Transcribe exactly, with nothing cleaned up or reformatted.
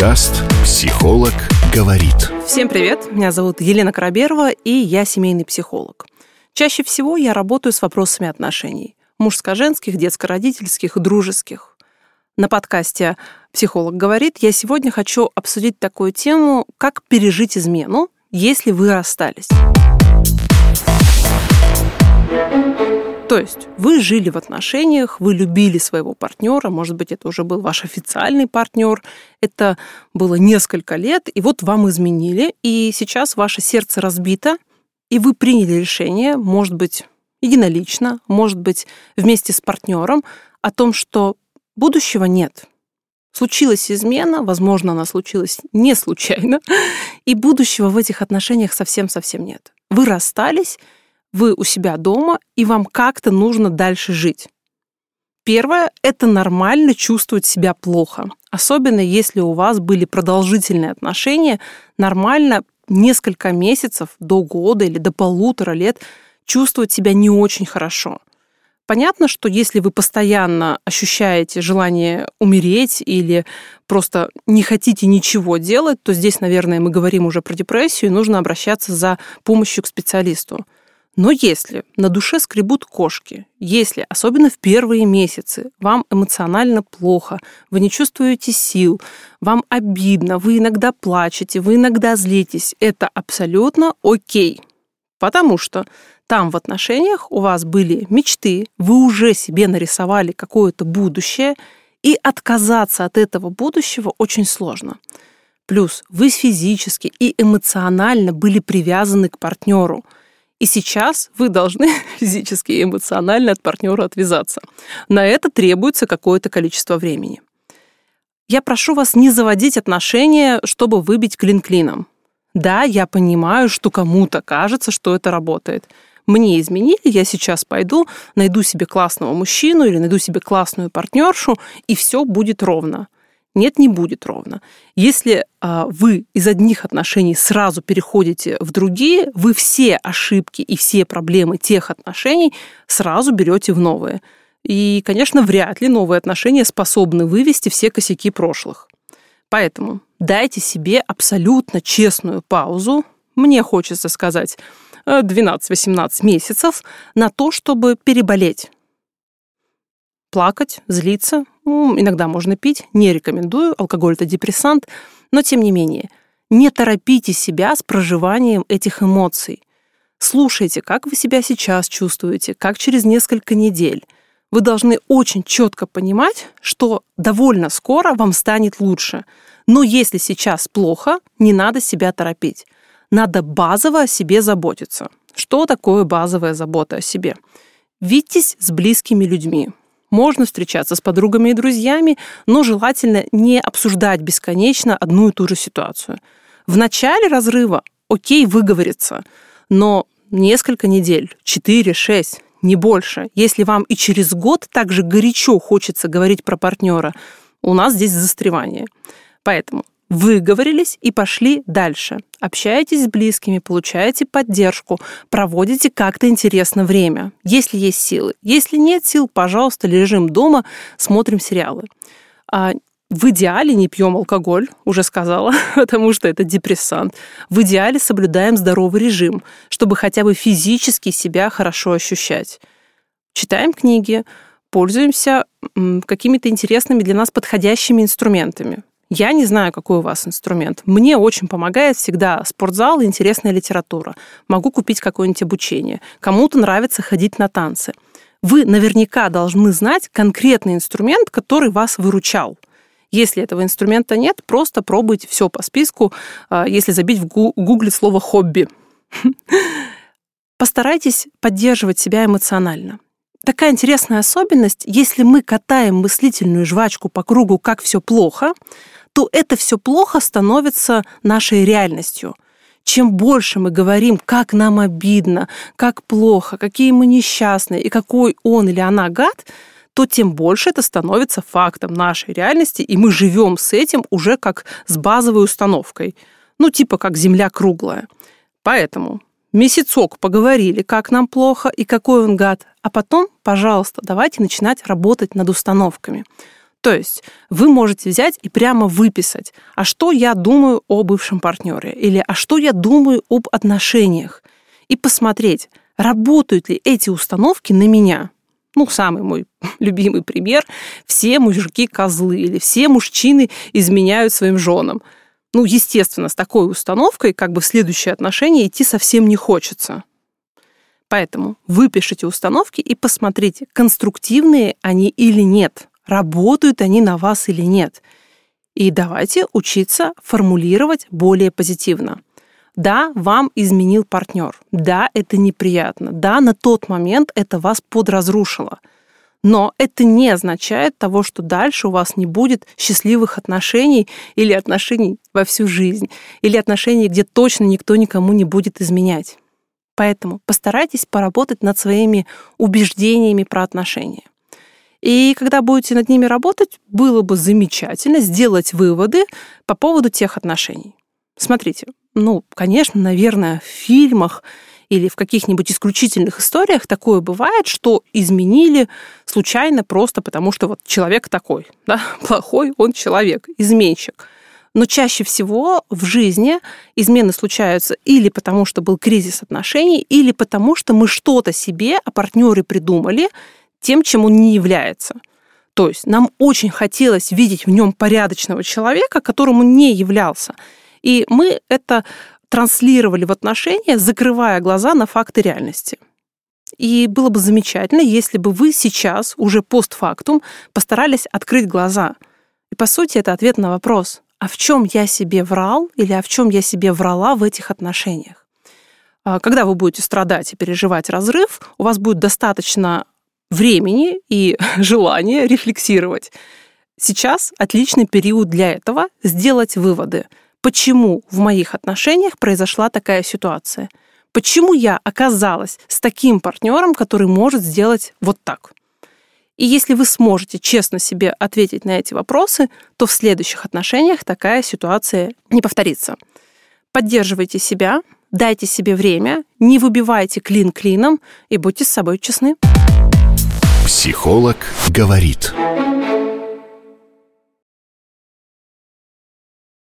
Подкаст «Психолог говорит». Всем привет, меня зовут Елена Короберова, и я семейный психолог. Чаще всего я работаю с вопросами отношений. Мужско-женских, детско-родительских, дружеских. На подкасте «Психолог говорит» я сегодня хочу обсудить такую тему, как пережить измену, если вы расстались. То есть вы жили в отношениях, вы любили своего партнера, может быть, это уже был ваш официальный партнер, это было несколько лет, и вот вам изменили, и сейчас ваше сердце разбито, и вы приняли решение, может быть, единолично, может быть, вместе с партнером, о том, что будущего нет. Случилась измена, возможно, она случилась не случайно, и будущего в этих отношениях совсем-совсем нет. Вы расстались, вы у себя дома, и вам как-то нужно дальше жить. Первое – это нормально чувствовать себя плохо. Особенно если у вас были продолжительные отношения, нормально несколько месяцев, до года или до полутора лет чувствовать себя не очень хорошо. Понятно, что если вы постоянно ощущаете желание умереть или просто не хотите ничего делать, то здесь, наверное, мы говорим уже про депрессию, и нужно обращаться за помощью к специалисту. Но если на душе скребут кошки, если, особенно в первые месяцы, вам эмоционально плохо, вы не чувствуете сил, вам обидно, вы иногда плачете, вы иногда злитесь, это абсолютно окей. Потому что там в отношениях у вас были мечты, вы уже себе нарисовали какое-то будущее, и отказаться от этого будущего очень сложно. Плюс вы физически и эмоционально были привязаны к партнеру. И сейчас вы должны физически и эмоционально от партнера отвязаться. На это требуется какое-то количество времени. Я прошу вас не заводить отношения, чтобы выбить клин клином. Да, я понимаю, что кому-то кажется, что это работает. Мне изменили, я сейчас пойду, найду себе классного мужчину или найду себе классную партнершу, и все будет ровно. Нет, не будет ровно. Если а, вы из одних отношений сразу переходите в другие, вы все ошибки и все проблемы тех отношений сразу берете в новые. И, конечно, вряд ли новые отношения способны вывести все косяки прошлых. Поэтому дайте себе абсолютно честную паузу, мне хочется сказать, двенадцать-восемнадцать месяцев, на то, чтобы переболеть. Плакать, злиться, ну, иногда можно пить, не рекомендую, алкоголь – это депрессант, но тем не менее, не торопите себя с проживанием этих эмоций. Слушайте, как вы себя сейчас чувствуете, как через несколько недель. Вы должны очень четко понимать, что довольно скоро вам станет лучше. Но если сейчас плохо, не надо себя торопить. Надо базово о себе заботиться. Что такое базовая забота о себе? Видитесь с близкими людьми. Можно встречаться с подругами и друзьями, но желательно не обсуждать бесконечно одну и ту же ситуацию. В начале разрыва окей выговориться, но несколько недель, четыре-шесть, не больше. Если вам и через год так же горячо хочется говорить про партнера, у нас здесь застревание. Поэтому выговорились и пошли дальше. Общаетесь с близкими, получаете поддержку, проводите как-то интересно время, если есть силы. Если нет сил, пожалуйста, лежим дома, смотрим сериалы. А в идеале не пьем алкоголь, уже сказала, потому что это депрессант. В идеале соблюдаем здоровый режим, чтобы хотя бы физически себя хорошо ощущать. Читаем книги, пользуемся какими-то интересными для нас подходящими инструментами. Я не знаю, какой у вас инструмент. Мне очень помогает всегда спортзал и интересная литература. Могу купить какое-нибудь обучение. Кому-то нравится ходить на танцы. Вы наверняка должны знать конкретный инструмент, который вас выручал. Если этого инструмента нет, просто пробуйте все по списку, если забить в гугле слово «хобби». Постарайтесь поддерживать себя эмоционально. Такая интересная особенность, если мы катаем мыслительную жвачку по кругу, как все плохо, то это все плохо становится нашей реальностью. Чем больше мы говорим, как нам обидно, как плохо, какие мы несчастные и какой он или она гад, то тем больше это становится фактом нашей реальности, и мы живем с этим уже как с базовой установкой. Ну, типа как Земля круглая. Поэтому месяцок поговорили, как нам плохо и какой он гад, а потом, пожалуйста, давайте начинать работать над установками. То есть вы можете взять и прямо выписать, а что я думаю о бывшем партнере, или а что я думаю об отношениях, и посмотреть, работают ли эти установки на меня. Ну, самый мой любимый пример – все мужики козлы, или все мужчины изменяют своим женам. Ну, естественно, с такой установкой как бы в следующие отношения идти совсем не хочется. Поэтому выпишите установки и посмотрите, конструктивные они или нет. Работают они на вас или нет. И давайте учиться формулировать более позитивно. Да, вам изменил партнер. Да, это неприятно. Да, на тот момент это вас подразрушило. Но это не означает того, что дальше у вас не будет счастливых отношений или отношений во всю жизнь, или отношений, где точно никто никому не будет изменять. Поэтому постарайтесь поработать над своими убеждениями про отношения. И когда будете над ними работать, было бы замечательно сделать выводы по поводу тех отношений. Смотрите, ну, конечно, наверное, в фильмах или в каких-нибудь исключительных историях такое бывает, что изменили случайно просто потому, что вот человек такой, да, плохой он человек, изменщик. Но чаще всего в жизни измены случаются или потому, что был кризис отношений, или потому, что мы что-то себе о партнере придумали, тем, чем он не является. То есть нам очень хотелось видеть в нем порядочного человека, которым он не являлся. И мы это транслировали в отношения, закрывая глаза на факты реальности. И было бы замечательно, если бы вы сейчас, уже постфактум, постарались открыть глаза. И, по сути, это ответ на вопрос, а в чем я себе врал или а в чем я себе врала в этих отношениях? Когда вы будете страдать и переживать разрыв, у вас будет достаточно времени и желания рефлексировать. Сейчас отличный период для этого – сделать выводы. Почему в моих отношениях произошла такая ситуация? Почему я оказалась с таким партнером, который может сделать вот так? И если вы сможете честно себе ответить на эти вопросы, то в следующих отношениях такая ситуация не повторится. Поддерживайте себя, дайте себе время, не выбивайте клин клином и будьте с собой честны. Психолог говорит.